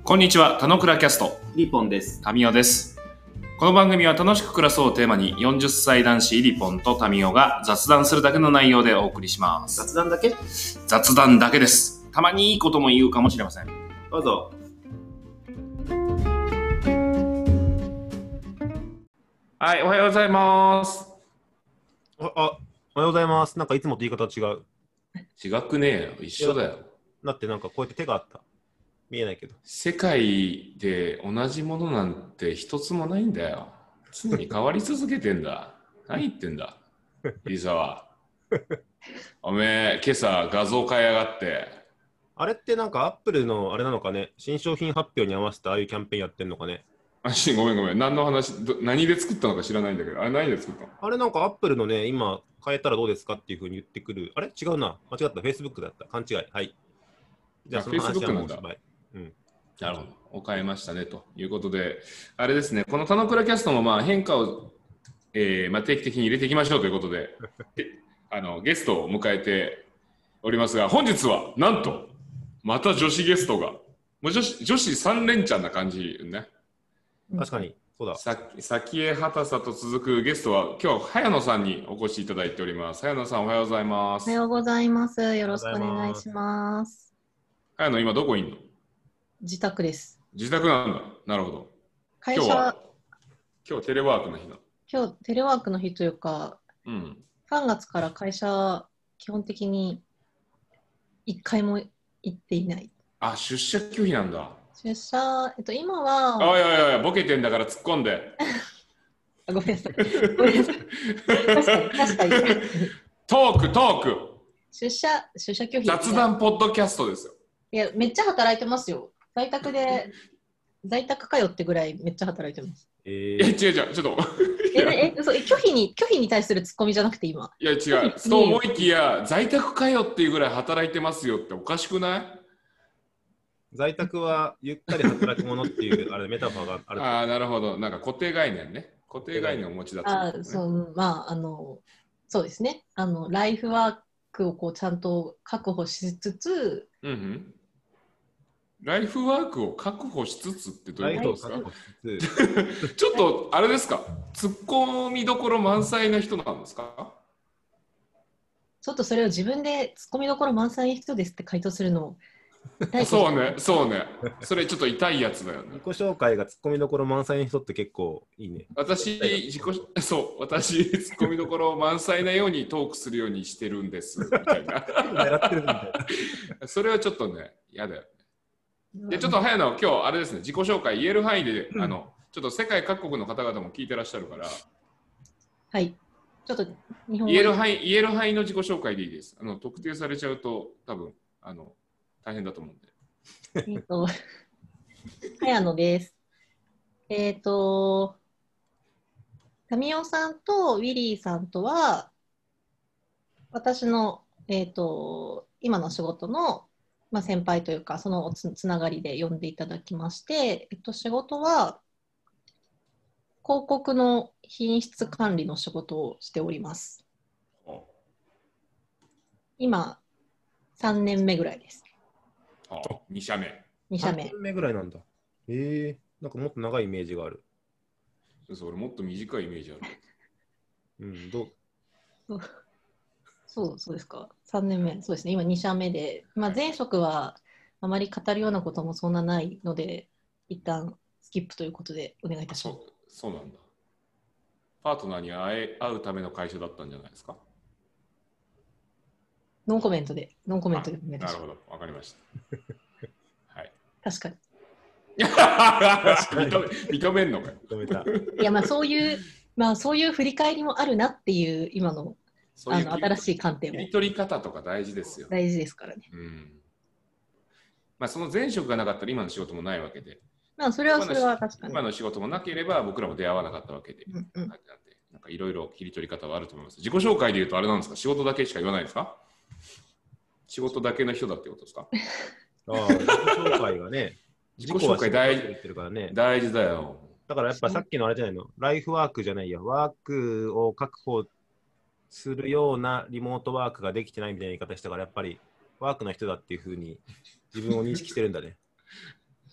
こんにちは、田野倉キャストリポンです。 タミオです。この番組は楽しく暮らそうをテーマに40歳男子リポンとタミオが雑談するだけの内容でお送りします。 雑談だけ？ 雑談だけです。たまにいいことも言うかもしれません。 どうぞ。 はい、おはようございます。 おはようございます。なんかいつもと言い方違う。 違くねえよ、一緒だよ。 だってなんかこうやって手があった。見えないけど。 世界で同じものなんて一つもないんだよ。常に変わり続けてんだ。何言ってんだ、入沢。おめえ、今朝画像変えやがって。 あれってなんかアップルのあれなのかね、新商品発表に合わせてああいうキャンペーンやってんのかね。 ごめん。何の話、何で作ったのか知らないんだけど、あれ何で作ったの？ あれなんかアップルのね、今変えたらどうですかっていう風に言ってくる。あれ違うな。間違った。Facebook だった。勘違い。はい。じゃあその話はもうおしまい。 なるほど。を変えましたねということで、あれですね、この田野倉キャストもまあ変化を、定期的に入れていきましょうということで、ゲストを迎えておりますが、本日はなんと、また女子ゲストが、もう女子3連チャンな感じね。 確かに、そうだ。 先へ畑さと続くゲストは、今日、早野さんにお越しいただいております。早野さん、おはようございます。 おはようございます。よろしくお願いします。 早野、今どこいんの？ 自宅です。 自宅なんだ。なるほど。 会社今日テレワークの日な。 今日テレワークの日というか、3月から会社基本的に1回も行っていない。 あ、出社拒否なんだ。 出社、今は。 いや、ボケてんだから突っ込んで。 ごめんなさい。確かに。 トーク。 出社拒否。 雑談ポッドキャストですよ。 いや、めっちゃ働いてますよ。在宅かよってぐらいめっちゃ働いてます。 違う、ちょっと。 拒否に対するツッコミじゃなくて今。 いや、違う。そう思いきや、在宅かよっていうぐらい働いてますよっておかしくない？ 在宅はゆったり働くものっていうあれメタファーがある。 ああ、なるほど。なんか固定概念ね。固定概念をお持ちだった、ね。 そうですね。ライフワークをこうちゃんと確保しつつ、 ライフワークを確保しつつってどういうことですか？ちょっとあれですか？ツッコミどころ満載な人なんですか？ ちょっとそれを自分でツッコミどころ満載な人ですって回答するのそうね。それちょっと痛いやつだよね。 自己紹介がツッコミどころ満載の人って結構いいね。 私、ツッコミどころ満載なようにトークするようにしてるんです、みたいな。 狙ってるみたいな。 それはちょっとね、嫌だよね。で、ちょっと早野、今日あれですね、自己紹介言える範囲で、ちょっと世界各国の方々も聞いてらっしゃるから。 はい。ちょっと日本語言える範囲の自己紹介でいいです。特定されちゃうと、多分、大変だと思うんで。 早野です。タミオさんとウィリーさんとは、私の、今の仕事の、先輩というか、そのつながりで呼んでいただきまして、仕事は、広告の品質管理の仕事をしております。今、3年目ぐらいです。 2社目。 3年目ぐらいなんだ。なんかもっと長いイメージがある。 俺もっと短いイメージある。 そうですか。3年目。そうですね。今2社目で、前職はあまり語るようなこともそんなないので、一旦スキップということでお願いいたします。 そうなんだ。パートナーに会うための会社だったんじゃないですか？ ノンコメントでお願いします。 なるほど、わかりました。はい。 確かに。 認めんのかよ。 認めた。 いや、そういう振り返りもあるなっていう今の新しい観点を。 切り取り方とか大事ですよ。 大事ですからね。 その前職がなかったら今の仕事もないわけで。 それは確かに。 今の仕事もなければ僕らも出会わなかったわけで。なんかいろいろ切り取り方はあると思います。自己紹介で言うとあれなんですか？仕事だけしか言わないですか？仕事だけの人だってことですか？ 自己紹介がね。 自己紹介大事だよ。 だからやっぱさっきのあれじゃないの、ライフワークじゃないよ。ワークを確保するようなリモートワークができてないみたいな言い方したから、やっぱりワークの人だっていうふうに自分を認識してるんだね。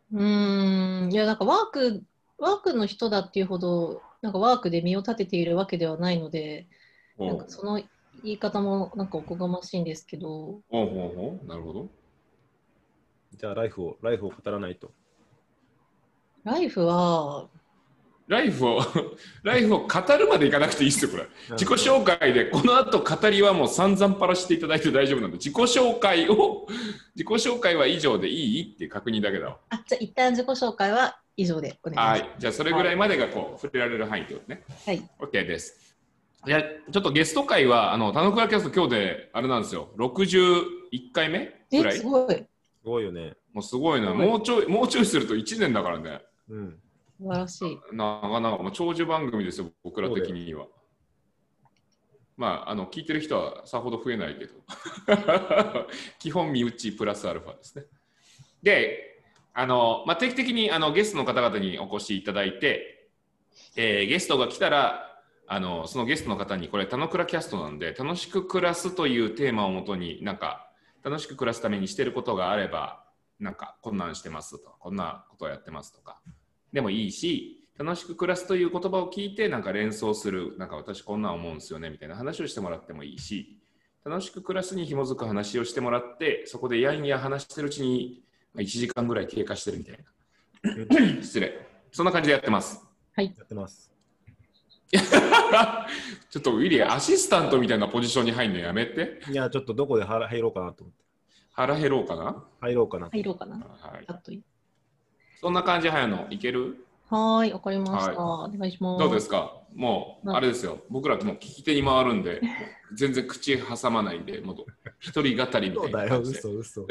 いや、なんかワークの人だっていうほど、なんかワークで身を立てているわけではないので、なんかおうその言い方もなんかおこがましいんですけど、 おうほうほう、なるほど。 じゃあライフを語らないと。 ライフは、 ライフを語るまでいかなくていいですよ、これ。自己紹介で、この後語りはもう散々パラしていただいて大丈夫なんで、自己紹介は以上でいいっていう確認だけだわ。 じゃあ一旦自己紹介は以上でお願いします。 はい。じゃあ、それぐらいまでがこう、触れられる範囲ってことね。 はい。 OK です。いや、ちょっとゲスト会は、田野倉キャスト今日で、あれなんですよ、61回目ぐらい。 すごい。 すごいよね。 もうすごいな。 すごいもうちょいすると1年だからね。 うん。 素晴らしい。 なかなかもう長寿番組ですよ、僕ら的には。まあ、聞いてる人はさほど増えないけど。基本身内プラスアルファですね。で、定期的にゲストの方々にお越しいただいて、ゲストが来たら、そのゲストの方に、これ、田野倉キャストなんで、楽しく暮らすというテーマをもとに、なんか、楽しく暮らすためにしてることがあれば、なんか、こんなんしてますとか、こんなことをやってますとか、でもいいし、楽しく暮らすという言葉を聞いて、なんか連想する、なんか私こんなん思うんですよね、みたいな話をしてもらってもいいし、楽しく暮らすに紐づく話をしてもらって、そこでやんや話してるうちに、1時間ぐらい経過してるみたいな。失礼。そんな感じでやってます。 はい。 やってます。 ちょっとウィリー、アシスタントみたいなポジションに入るのやめて。 いや、ちょっとどこで入ろうかなと思って。 腹減ろうかな。 入ろうかな。 入ろうかな。 はい。 あとそんな感じ、早野、いける？ はい、わかりました。 はお願いします。 どうですか？もう、あれですよ。僕らもう聞き手に回るんで、全然口挟まないんで、もう一人語りみたいな感じで。 嘘。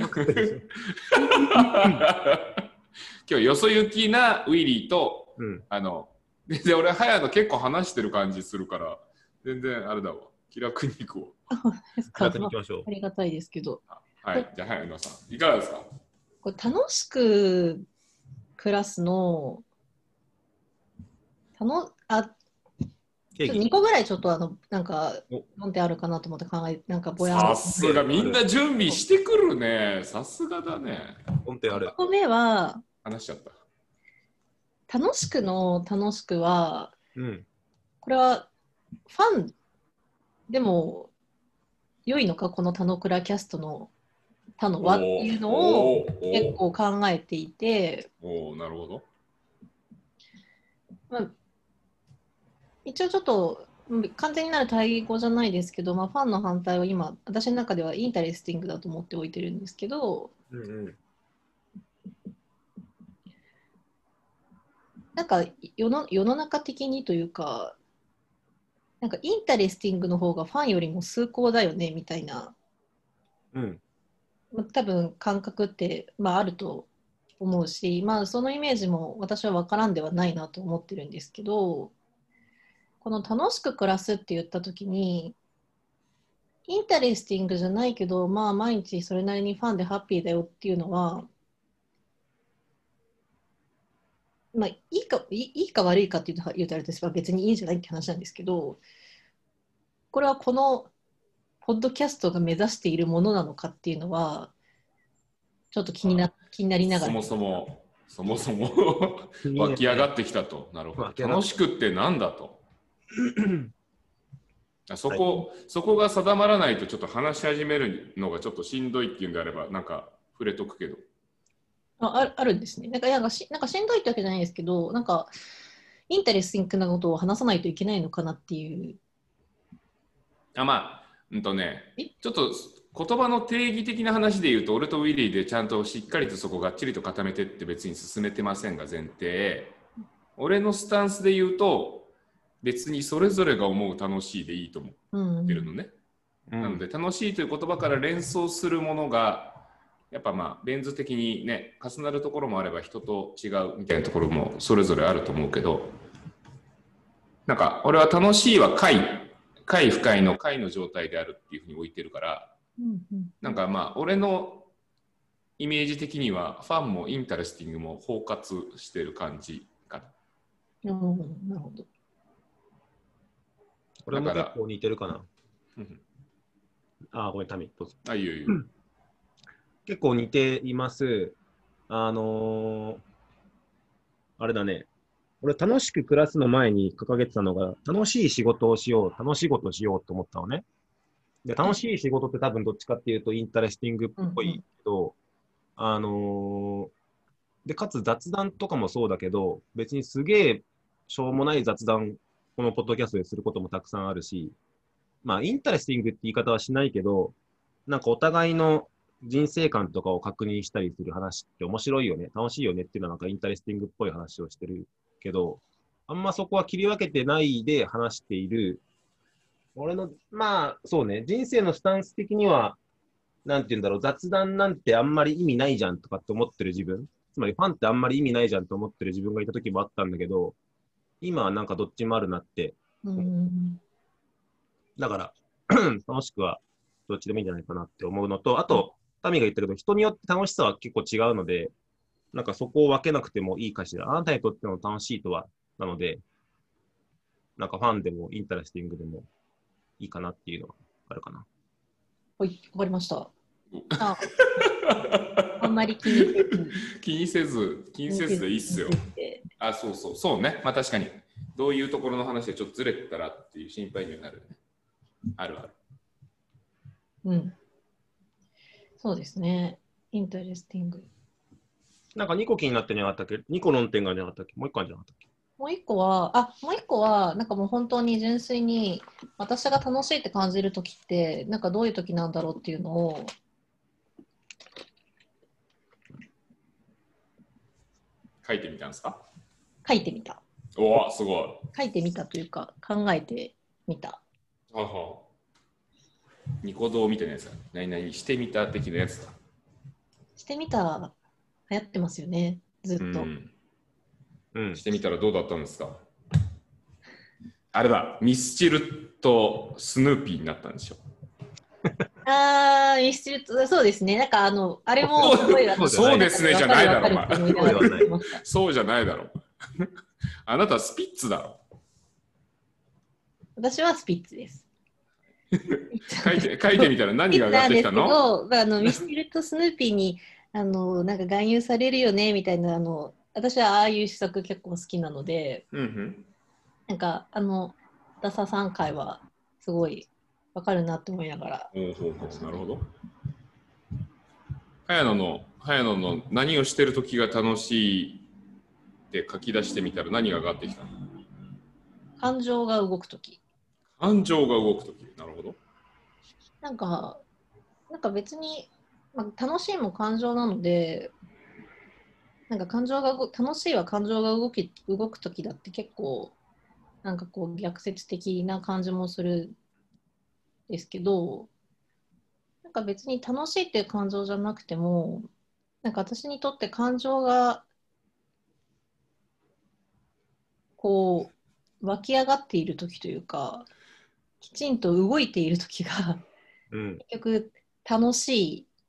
今日よそ行きなウィリーと、 うん。 全然俺、早野結構話してる感じするから、全然あれだわ。気楽に行こですか。 楽に行きましょうあ。りがたいですけど。 う。はい。じゃあ、早野さん、いかがですか？ これ楽しく暮らすの、ちょっと2個ぐらいちょっとなんか、なんてあるかなと思って考え、なんかぼやん。 さすが、みんな準備してくるね。さすがだね。 本当ある 1。個目は、 話しちゃった。 楽しくの楽しくは、 うん。 これはファンでも良いのか、この田野倉キャストの他の輪っていうのを結構考えていて、 なるほど。 まあ、一応ちょっと完全になる対語じゃないですけど、まあ、ファンの反対は今私の中ではインタレスティングだと思っておいてるんですけど、なんか世の中的にというか、なんかインタレスティングの方がファンよりも崇高だよねみたいな、多分感覚って、あると思うし、そのイメージも私は分からんではないなと思ってるんですけど、この楽しく暮らすって言った時に、インタレスティングじゃないけど、毎日それなりにファンでハッピーだよっていうのは、いいか悪いかって言うとあれですが、別にいいんじゃないって話なんですけど、これはこのポッドキャストが目指しているものなのかっていうのは、ちょっと気になりながら。 そもそも湧き上がってきたと。なるほど。楽しくってなんだと。そこが定まらないとちょっと話し始めるのがちょっとしんどいっていうんであれば、なんか触れとくけど。 あるんですね。なんかしんどいってわけじゃないですけど、なんかインタレスティングなことを話さないといけないのかなっていう。 ちょっと言葉の定義的な話で言うと、俺とウィリーでちゃんとしっかりとそこがっちりと固めてって別に進めてませんが前提、俺のスタンスで言うと、別にそれぞれが思う楽しいでいいと思ってるのね。なので楽しいという言葉から連想するものが、やっぱレンズ的にね、重なるところもあれば人と違うみたいなところもそれぞれあると思うけど、なんか俺は楽しいは快不快の快の状態であるっていうふうに置いてるから、なんか俺のイメージ的にはファンもインタレスティングも包括してる感じかな。 なるほど。 俺も結構似てるかな。ごめん、タミ、どうぞ。 いいよ。 結構似ています。 あのーあれだね。俺、楽しく暮らすの前に掲げてたのが、楽しい仕事をしよう、楽しいことをしようと思ったのね。で、楽しい仕事って多分どっちかっていうと、インタレスティングっぽいけど、あのーで、かつ雑談とかもそうだけど、別にすげえしょうもない雑談、このポッドキャストですることもたくさんあるし、まあ、インタレスティングって言い方はしないけど、なんかお互いの人生観とかを確認したりする話って面白いよね、楽しいよねっていうのはなんかインタレスティングっぽい話をしてるけど、あんまそこは切り分けてないで話している、俺の、まあ、そうね、人生のスタンス的には、なんて言うんだろう、雑談なんてあんまり意味ないじゃんとかって思ってる自分、つまりファンってあんまり意味ないじゃんと思ってる自分がいた時もあったんだけど、今はなんかどっちもあるなって、だから楽しくはどっちでもいいんじゃないかなって思うのと、あと、タミが言ったけど、人によって楽しさは結構違うので、なんかそこを分けなくてもいいかしら。あなたにとっての楽しいとは、なので、なんかファンでもインタレスティングでもいいかなっていうのはあるかな。 はい、わかりました。あんまり気にせず。 気にせずでいいっすよ。あ、そうね。まあ確かに、どういうところの話でちょっとずれてたらっていう心配にはなるね。あるある。 うん。そうですね。インタレスティング。 なんか2個気になってなかったっけ ?2 個論点がなかったっけもう1個あるんじゃなかったっけもう一個は、なんかもう本当に純粋に、私が楽しいって感じるときって、なんかどういうときなんだろうっていうのを、 書いてみたんですか？ 書いてみた。 おお、すごい。 書いてみたというか、考えてみた。 はは。ニコ動みたいなやつだ。何々してみた的なやつだ。 してみた、流行ってますよね、ずっと。 してみたらどうだったんですか？あれだ、ミスチルとスヌーピーになったんでしょ。 ミスチル、そうですね。なんかあれもすごいそうですねじゃないだろ、お前。 前。 そうじゃないだろ。あなたスピッツだろ。 私はスピッツです。 書いてみたら何が上がってきたの？ ミスチルとスヌーピーになんか含有されるよねみたいな私はああいう施策結構好きなので、なんかダサ3回はすごいわかるなって思いながら。 なるほど。早野の何をしてる時が楽しいって書き出してみたら何が上がってきたの？ 感情が動く時。 感情が動く時。なるほど。 なんか別に、楽しいも感情なので、なんか楽しいは感情が動く時だって結構なんかこう逆説的な感じもするんですけど、なんか別に楽しいっていう感情じゃなくても、なんか私にとって感情がこう湧き上がっている時というか、きちんと動いている時が結局楽しい、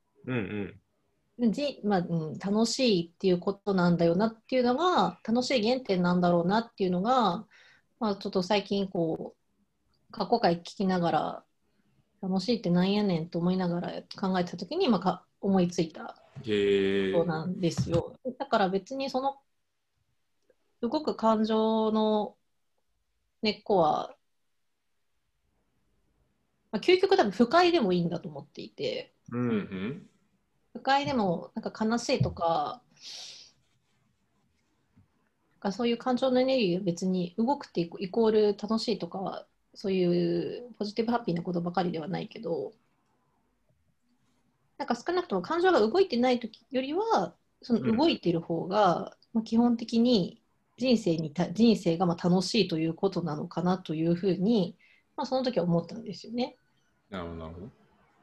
楽しいっていうことなんだよなっていうのが、楽しい原点なんだろうなっていうのが、ちょっと最近こう過去回聞きながら楽しいってなんやねんと思いながら考えてた時に、思いついたことなんですよ。だから別にその動く感情の根っこは、究極多分不快でもいいんだと思っていて、不快でもなんか悲しいとか、そういう感情のエネルギーが別に動くってイコール楽しいとか、そういうポジティブハッピーなことばかりではないけど、なんか少なくとも感情が動いてない時よりは、その動いている方が、基本的に人生が楽しいということなのかなというふうに、その時は思ったんですよね。 なるほど。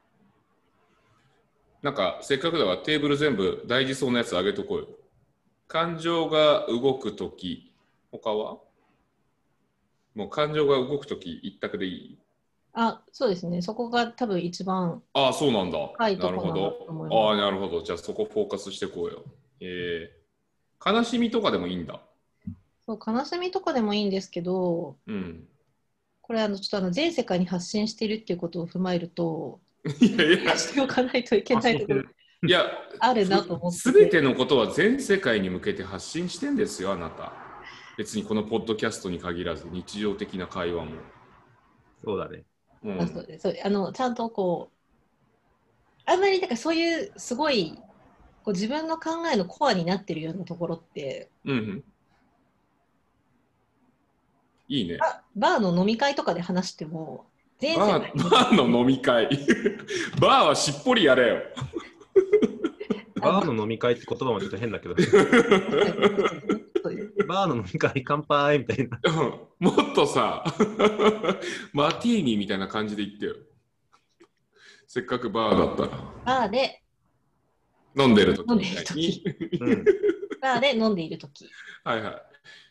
なんかせっかくだからテーブル全部大事そうなやつ上げとこうよ。感情が動くとき、他はもう感情が動くとき一択でいい？ そうですね。そこが多分一番そうなんだ。 深いところだと思います。 なるほど。じゃあそこフォーカスしていこうよ。悲しみとかでもいいんだ。 そう、悲しみとかでもいいんですけど、これちょっと全世界に発信しているっていうことを踏まえると、しておかないといけないところいや、 あるなと思ってすべてのことは全世界に向けて発信してんですよ、あなた。別にこのポッドキャストに限らず、日常的な会話も。 そうだね。 そうですそうちゃんとこう、あんまりだからそういうすごいこう自分の考えのコアになってるようなところって、 いいね。 バーの飲み会とかで話しても、全世界バーの飲み会。バーはしっぽりやれよ。 バーの飲み会って言葉もちょっと変だけど、バーの飲み会乾杯みたいな。 もっとさ、マティーニみたいな感じで言ってよ。せっかくバーだったら。 バーで飲んでる時飲んでいる時バーで飲んでいる時はいはい。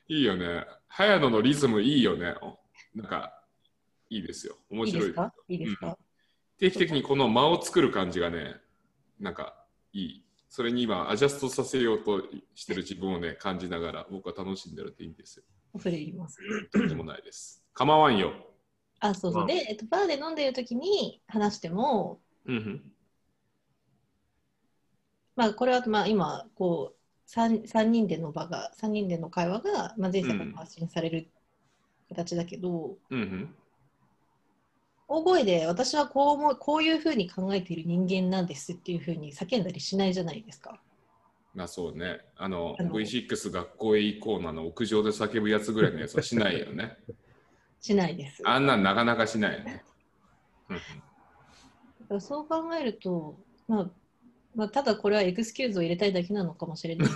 いいよね。早野のリズムいいよね。なんか、いいですよ。面白い。 いいですか、 定期的にこの間を作る感じがね、なんかいい。それに今、アジャストさせようとしてる自分をね、感じながら、僕は楽しんでるっていいんですよ。 恐れ入ります。 とんでもないです。構わんよ。 そうそう。で、バーで飲んでいる時に話しても、まあ、これはまあ今こう3人での会話が、まあ、全世界に発信される形だけど、大声で私はこういうふうに考えている人間なんですっていうふうに叫んだりしないじゃないですか。 そうね。V6 学校へ行こうなの屋上で叫ぶやつぐらいのやつはしないよね。 しないです。 あんなんなかなかしないよね。 そう考えると、まあ、ただこれはエクスキューズを入れたいだけなのかもしれない。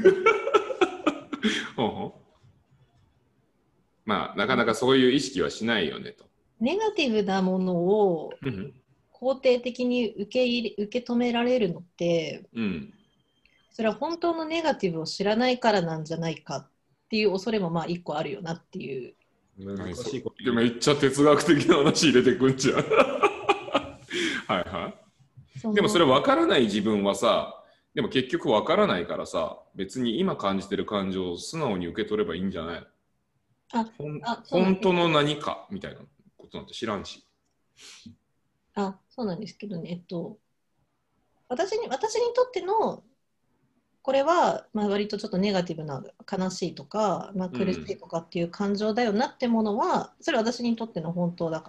まあ、なかなかそういう意識はしないよねと。 ネガティブなものを肯定的に受け止められるのって、それは本当のネガティブを知らないからなんじゃないかっていう恐れもまあ一個あるよなっていう。 難しいこと。 でもめっちゃ哲学的な話入れてくんじゃん。はいはい。でもそれ分からない自分はさ、でも結局分からないからさ、別に今感じてる感情を素直に受け取ればいいんじゃない？本当の何かみたいなことなんて知らんし。 そうなんですけどね、私にとってのこれは、まあ、割とちょっとネガティブな悲しいとか、まあ、苦しいとかっていう感情だよなってものは、それは私にとっての本当だから、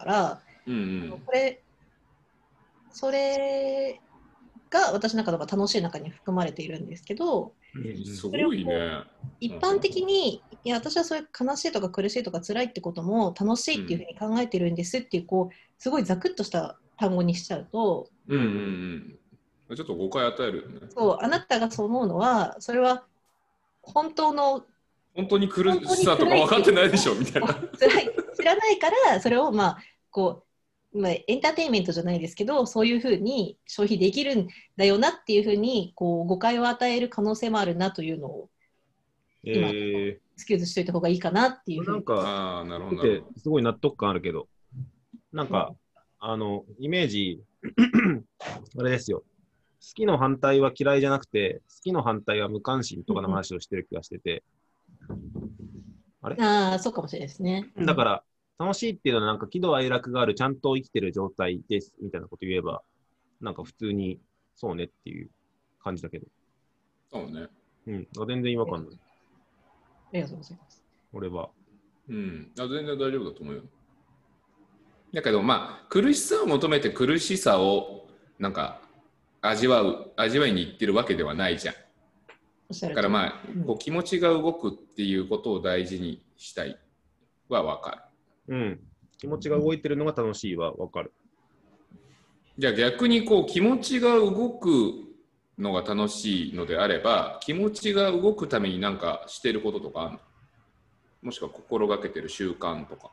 それが私の中では楽しい中に含まれているんですけど、 すごいね。 一般的に、いや私はそういう悲しいとか苦しいとか辛いってことも楽しいっていうふうに考えてるんですっていう、すごいざくっとした単語にしちゃうと、 ちょっと誤解与えるよね。 そう、あなたがそう思うのは、それは本当に苦しさとか分かってないでしょみたいな。 知らないから、それをまあエンターテインメントじゃないですけど、そういうふうに消費できるんだよなっていうふうに誤解を与える可能性もあるなというのを今、エクスキューズしといた方がいいかなっていうふうに。 なんか、すごい納得感あるけど、なんか、イメージ、あれですよ。好きの反対は嫌いじゃなくて、好きの反対は無関心とかの話をしてる気がしてて。 そうかもしれないですね。 だから、楽しいっていうのはなんか喜怒哀楽がある、ちゃんと生きてる状態ですみたいなこと言えば、なんか普通にそうねっていう感じだけど。 そうね。 全然違和感ない。 ありがとうございます。 俺は。 全然大丈夫だと思うよ。だけどまあ苦しさを求めて苦しさをなんか味わいにいってるわけではないじゃん。だからまあ、気持ちが動くっていうことを大事にしたいは分かる。気持ちが動いてるのが楽しいは分かる。 じゃあ逆に気持ちが動くのが楽しいのであれば、気持ちが動くために何かしてることとかあるの？もしくは心がけてる習慣とか。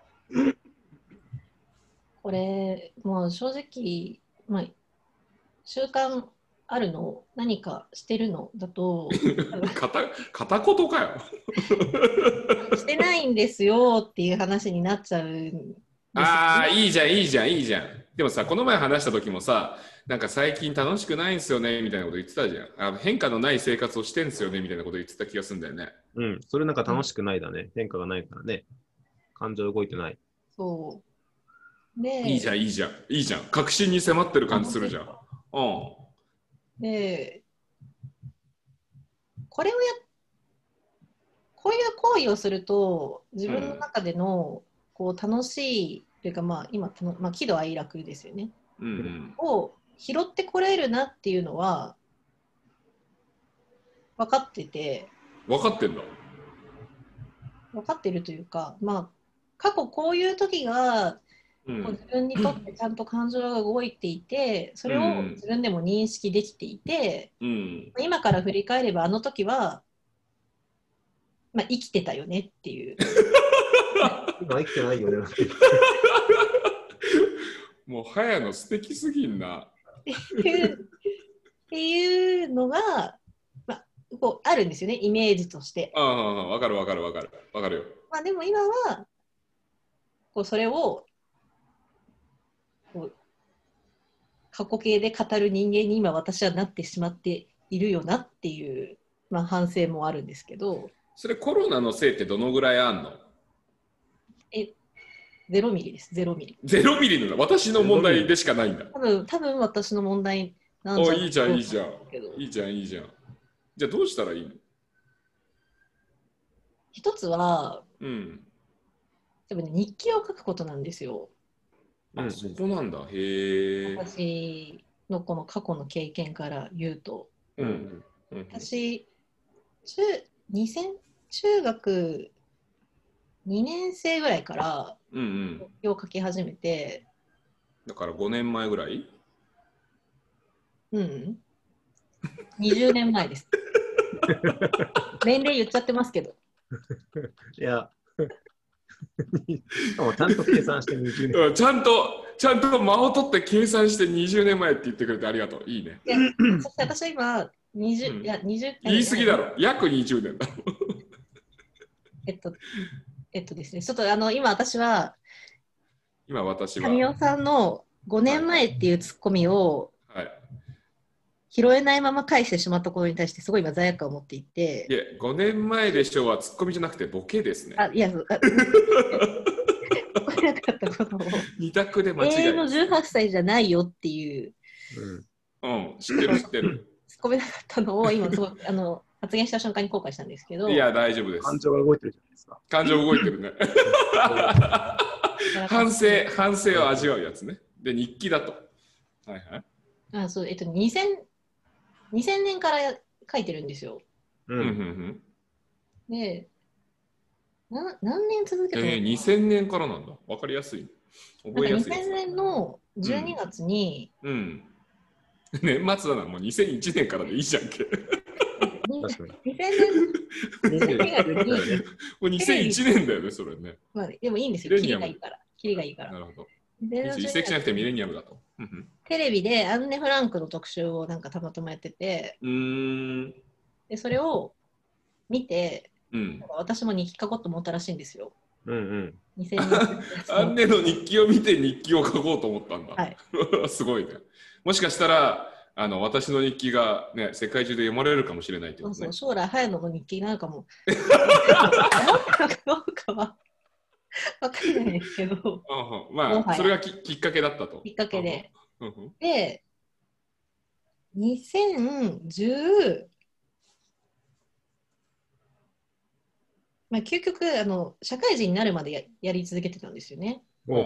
これもう正直、まあ、習慣あるの何かしてるのだと片言かよしてないんですよっていう話になっちゃうんですよね。 いいじゃん。でもさ、この前話した時もさ、なんか最近楽しくないんですよねみたいなこと言ってたじゃん。変化のない生活をしてんすよねみたいなこと言ってた気がするんだよね。 それなんか楽しくないだね。変化がないからね。感情動いてない。 そうで、 いいじゃん。確信に迫ってる感じするじゃん。 で、これをこういう行為をすると、自分の中でのこう楽しいというか、まあ、今、喜怒哀楽ですよね。 うんうん。 を拾ってこられるなっていうのは分かってて、 分かってんだ。 分かってるというか、まあ、過去こういう時がこう自分にとってちゃんと感情が動いていて、それを自分でも認識できていて、 うん。 今から振り返ればあの時は、まあ、生きてたよねっていう。 今生きてないよね。 もう、早野素敵すぎんな。 っていうのが、まあ、こうあるんですよね、イメージとして。 ああ、わかるわかるわかる。わかるよ。 まあ、でも今はこうそれをこう過去形で語る人間に今私はなってしまっているよなっていう、まあ、反省もあるんですけど。 それコロナのせいってどのぐらいあんの 0ミリです、0ミリ。 ？0ミリなの？私の問題でしかないんだ。 多分私の問題なんじゃないいいじゃん、いいじゃん。 けど、 いいじゃん、いいじゃん。じゃあどうしたらいいの？ 一つは、 うん。 多分、ね、日記を書くことなんですよ。 あ、そこなんだ。へえ。 私のこの過去の経験から言うと、 うん。 私、2000中学2年生ぐらいから日記を書き始めて、 だから5年前ぐらい？ 20年前です。年齢言っちゃってますけど。 いや、しかもちゃんと計算して20年。 ちゃんと間を取って計算して20年前って言ってくれてありがとう。いいね。 そして私は今20、いや20 言い過ぎだろ。約20年だろ。 ですね、ちょっと今私は神尾さんの5年前っていうツッコミを拾えないまま返してしまったことに対してすごい今罪悪感を持っていて。 いや、5年前でしょうはツッコミじゃなくてボケですね。 いや、これなかったことを 2択で間違い。 永遠の18歳じゃないよっていう、 知ってる知ってる。 ツッコめなかったのを今すごい発言した瞬間に後悔したんですけど。 いや、大丈夫です。 感情が動いてるじゃないですか。 感情動いてるね。反省を味わうやつね。で、日記だと。はいはい。 そう、2000年から書いてるんですよ。で、何年続けたの ？2000年からなんだ。わかりやすい。覚えやすい。 2000年の12月に、 年末だな、もう2001年からでいいじゃんけ。 2000年の12月に、 もう2001年だよね、それね。 まあ、でもいいんですよ、キリがいいから。キリがいいから。 なるほど。移籍しなくてミレニアムだと。 テレビでアンネ・フランクの特集をなんかたまたまやってて、でそれを見て、私も日記書こうと思ったらしいんですよ。2000年アンネの日記を見て日記を書こうと思ったんだ。 はい、 すごいね。もしかしたら私の日記が、ね、世界中で読まれるかもしれないってことね。 そう将来早野の日記になるかも。どうかは分かんないですけど。 まあそれがきっかけだったと。 きっかけで。で、2010究極社会人になるまで やり続けてたんですよね。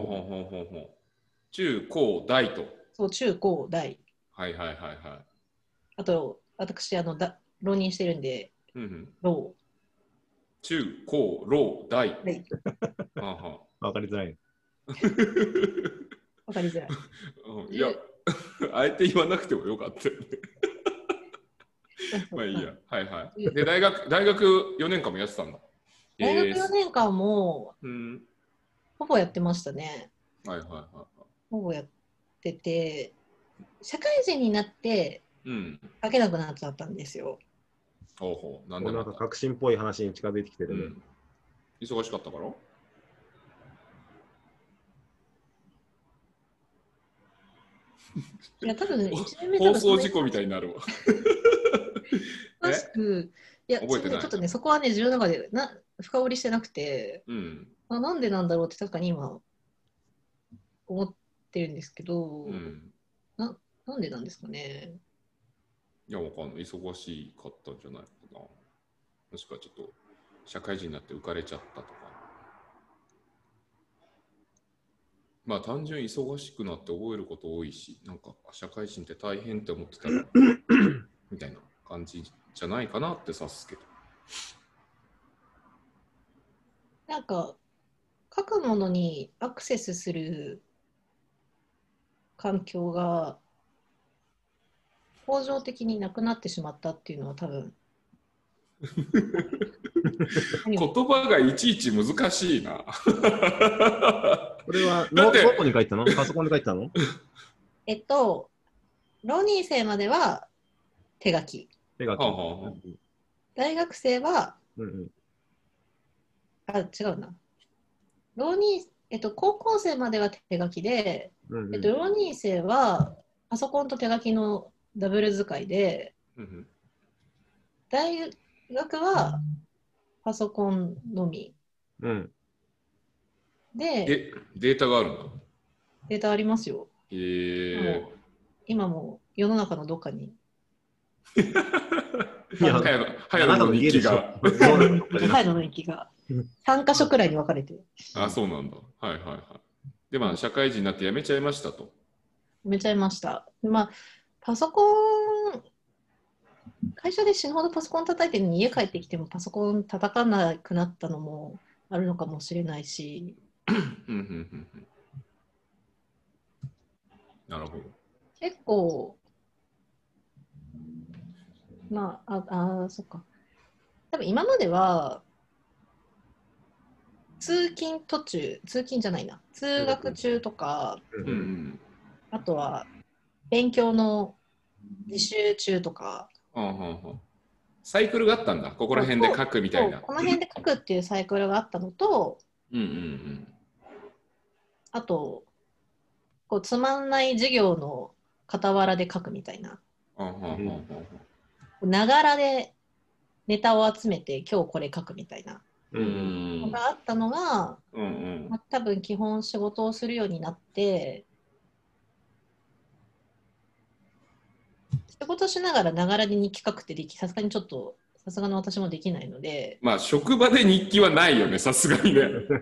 中高大と。 そう、中高大。 はい。 あと、私浪人してるんで、浪。 中高老大。 わかりづらい。 わかりづらい。 いや、あえて言わなくてもよかったよね。まあいいや。で、大学4年間もやってたんだ。 大学4年間も、ほぼやってましたね。ほぼやってて、社会人になって書けなくなっちゃったんですよ。 なんか革新っぽい話に近づいてきてるね。 忙しかったから？ いや、多分1年目放送事故みたいになるわ。 いや、ちょっとね、そこはね、自分の中で深掘りしてなくて、なんでなんだろうって確かに今思ってるんですけど、なんでなんですかね。 いや、わかんない。忙しかったんじゃないかな。もしくはちょっと社会人になって浮かれちゃったとか。まあ単純に忙しくなって覚えること多いし、なんか社会人って大変って思ってたらみたいな感じじゃないかなって指すけど。 なんか書くものにアクセスする環境が恒常的になくなってしまったっていうのは多分言葉がいちいち難しいな。 これはだってノートに書いたの？パソコンで書いたの？ 浪人生までは手書き。 手書き。 はあはあはあ大学生は、 うんうん。 違うな。高校生までは手書きで、 うんうん浪人生はパソコンと手書きのダブル使いで、 うんうん、 大学はパソコンのみ。 うん。 で、 データがあるんだ。 データありますよ。 へえ。 今も世の中のどっかに。 いや、 早野の日記が。 早野の日記が3箇所くらいに分かれて。 あ、そうなんだ。はいはいはい。で、まあ、社会人になって辞めちゃいましたと。 辞めちゃいました。まあ、パソコン、会社で死ぬほどパソコン叩いてるのに家帰ってきてもパソコン叩かなくなったのもあるのかもしれないし。 なるほど。 結構、まあ、そっか。多分今までは、通勤じゃないな、通学中とか、 うんうん、 あとは勉強の自習中とか、 サイクルがあったんだ。ここら辺で書くみたいな。 この辺で書くっていうサイクルがあったのと、あと、こうつまんない授業の傍らで書くみたいな。ながらでネタを集めて今日これ書くみたいなのがあったのが、まあ、多分基本仕事をするようになって、仕事しながらながらで日記書くってさすがにちょっとさすがの私もできないので、 まあ職場で日記はないよね、さすがにね。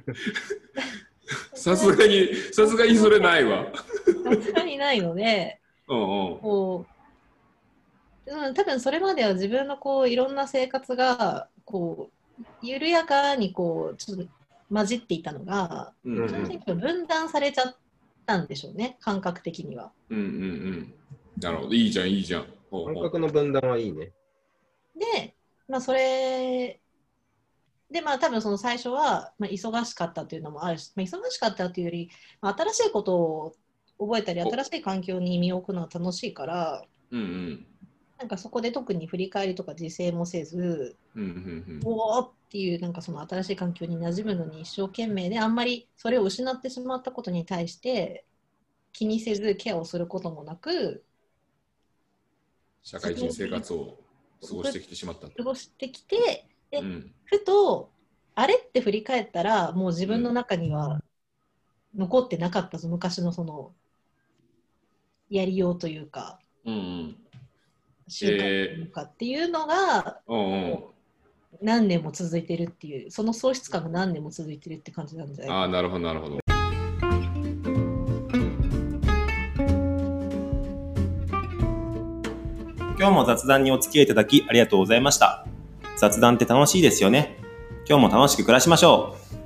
さすがにそれないわ。 さすがにないので、こう多分それまでは自分のこういろんな生活がこう緩やかにこうちょっと混じっていたのが、分断されちゃったんでしょうね、感覚的には。 なるほど、いいじゃん、いいじゃん。 感覚の分断はいいね。 で、まあそれで、まあ多分その最初は、まあ、忙しかったというのもあるし、まあ、忙しかったというより、まあ、新しいことを覚えたり、新しい環境に身を置くのは楽しいから、なんかそこで特に振り返りとか自制もせず、おーっていうなんかその新しい環境に馴染むのに一生懸命で、あんまりそれを失ってしまったことに対して気にせずケアをすることもなく、 社会人生活を過ごしてきてしまった。 過ごしてきて、で、ふとあれって振り返ったらもう自分の中には残ってなかったぞ、昔のそのやりようというか、習慣というかっていうのが、何年も続いてるっていう、その喪失感が何年も続いてるって感じなんじゃないかな。 ああ、なるほどなるほど。 今日も雑談にお付き合いいただきありがとうございました。雑談って楽しいですよね。今日も楽しく暮らしましょう。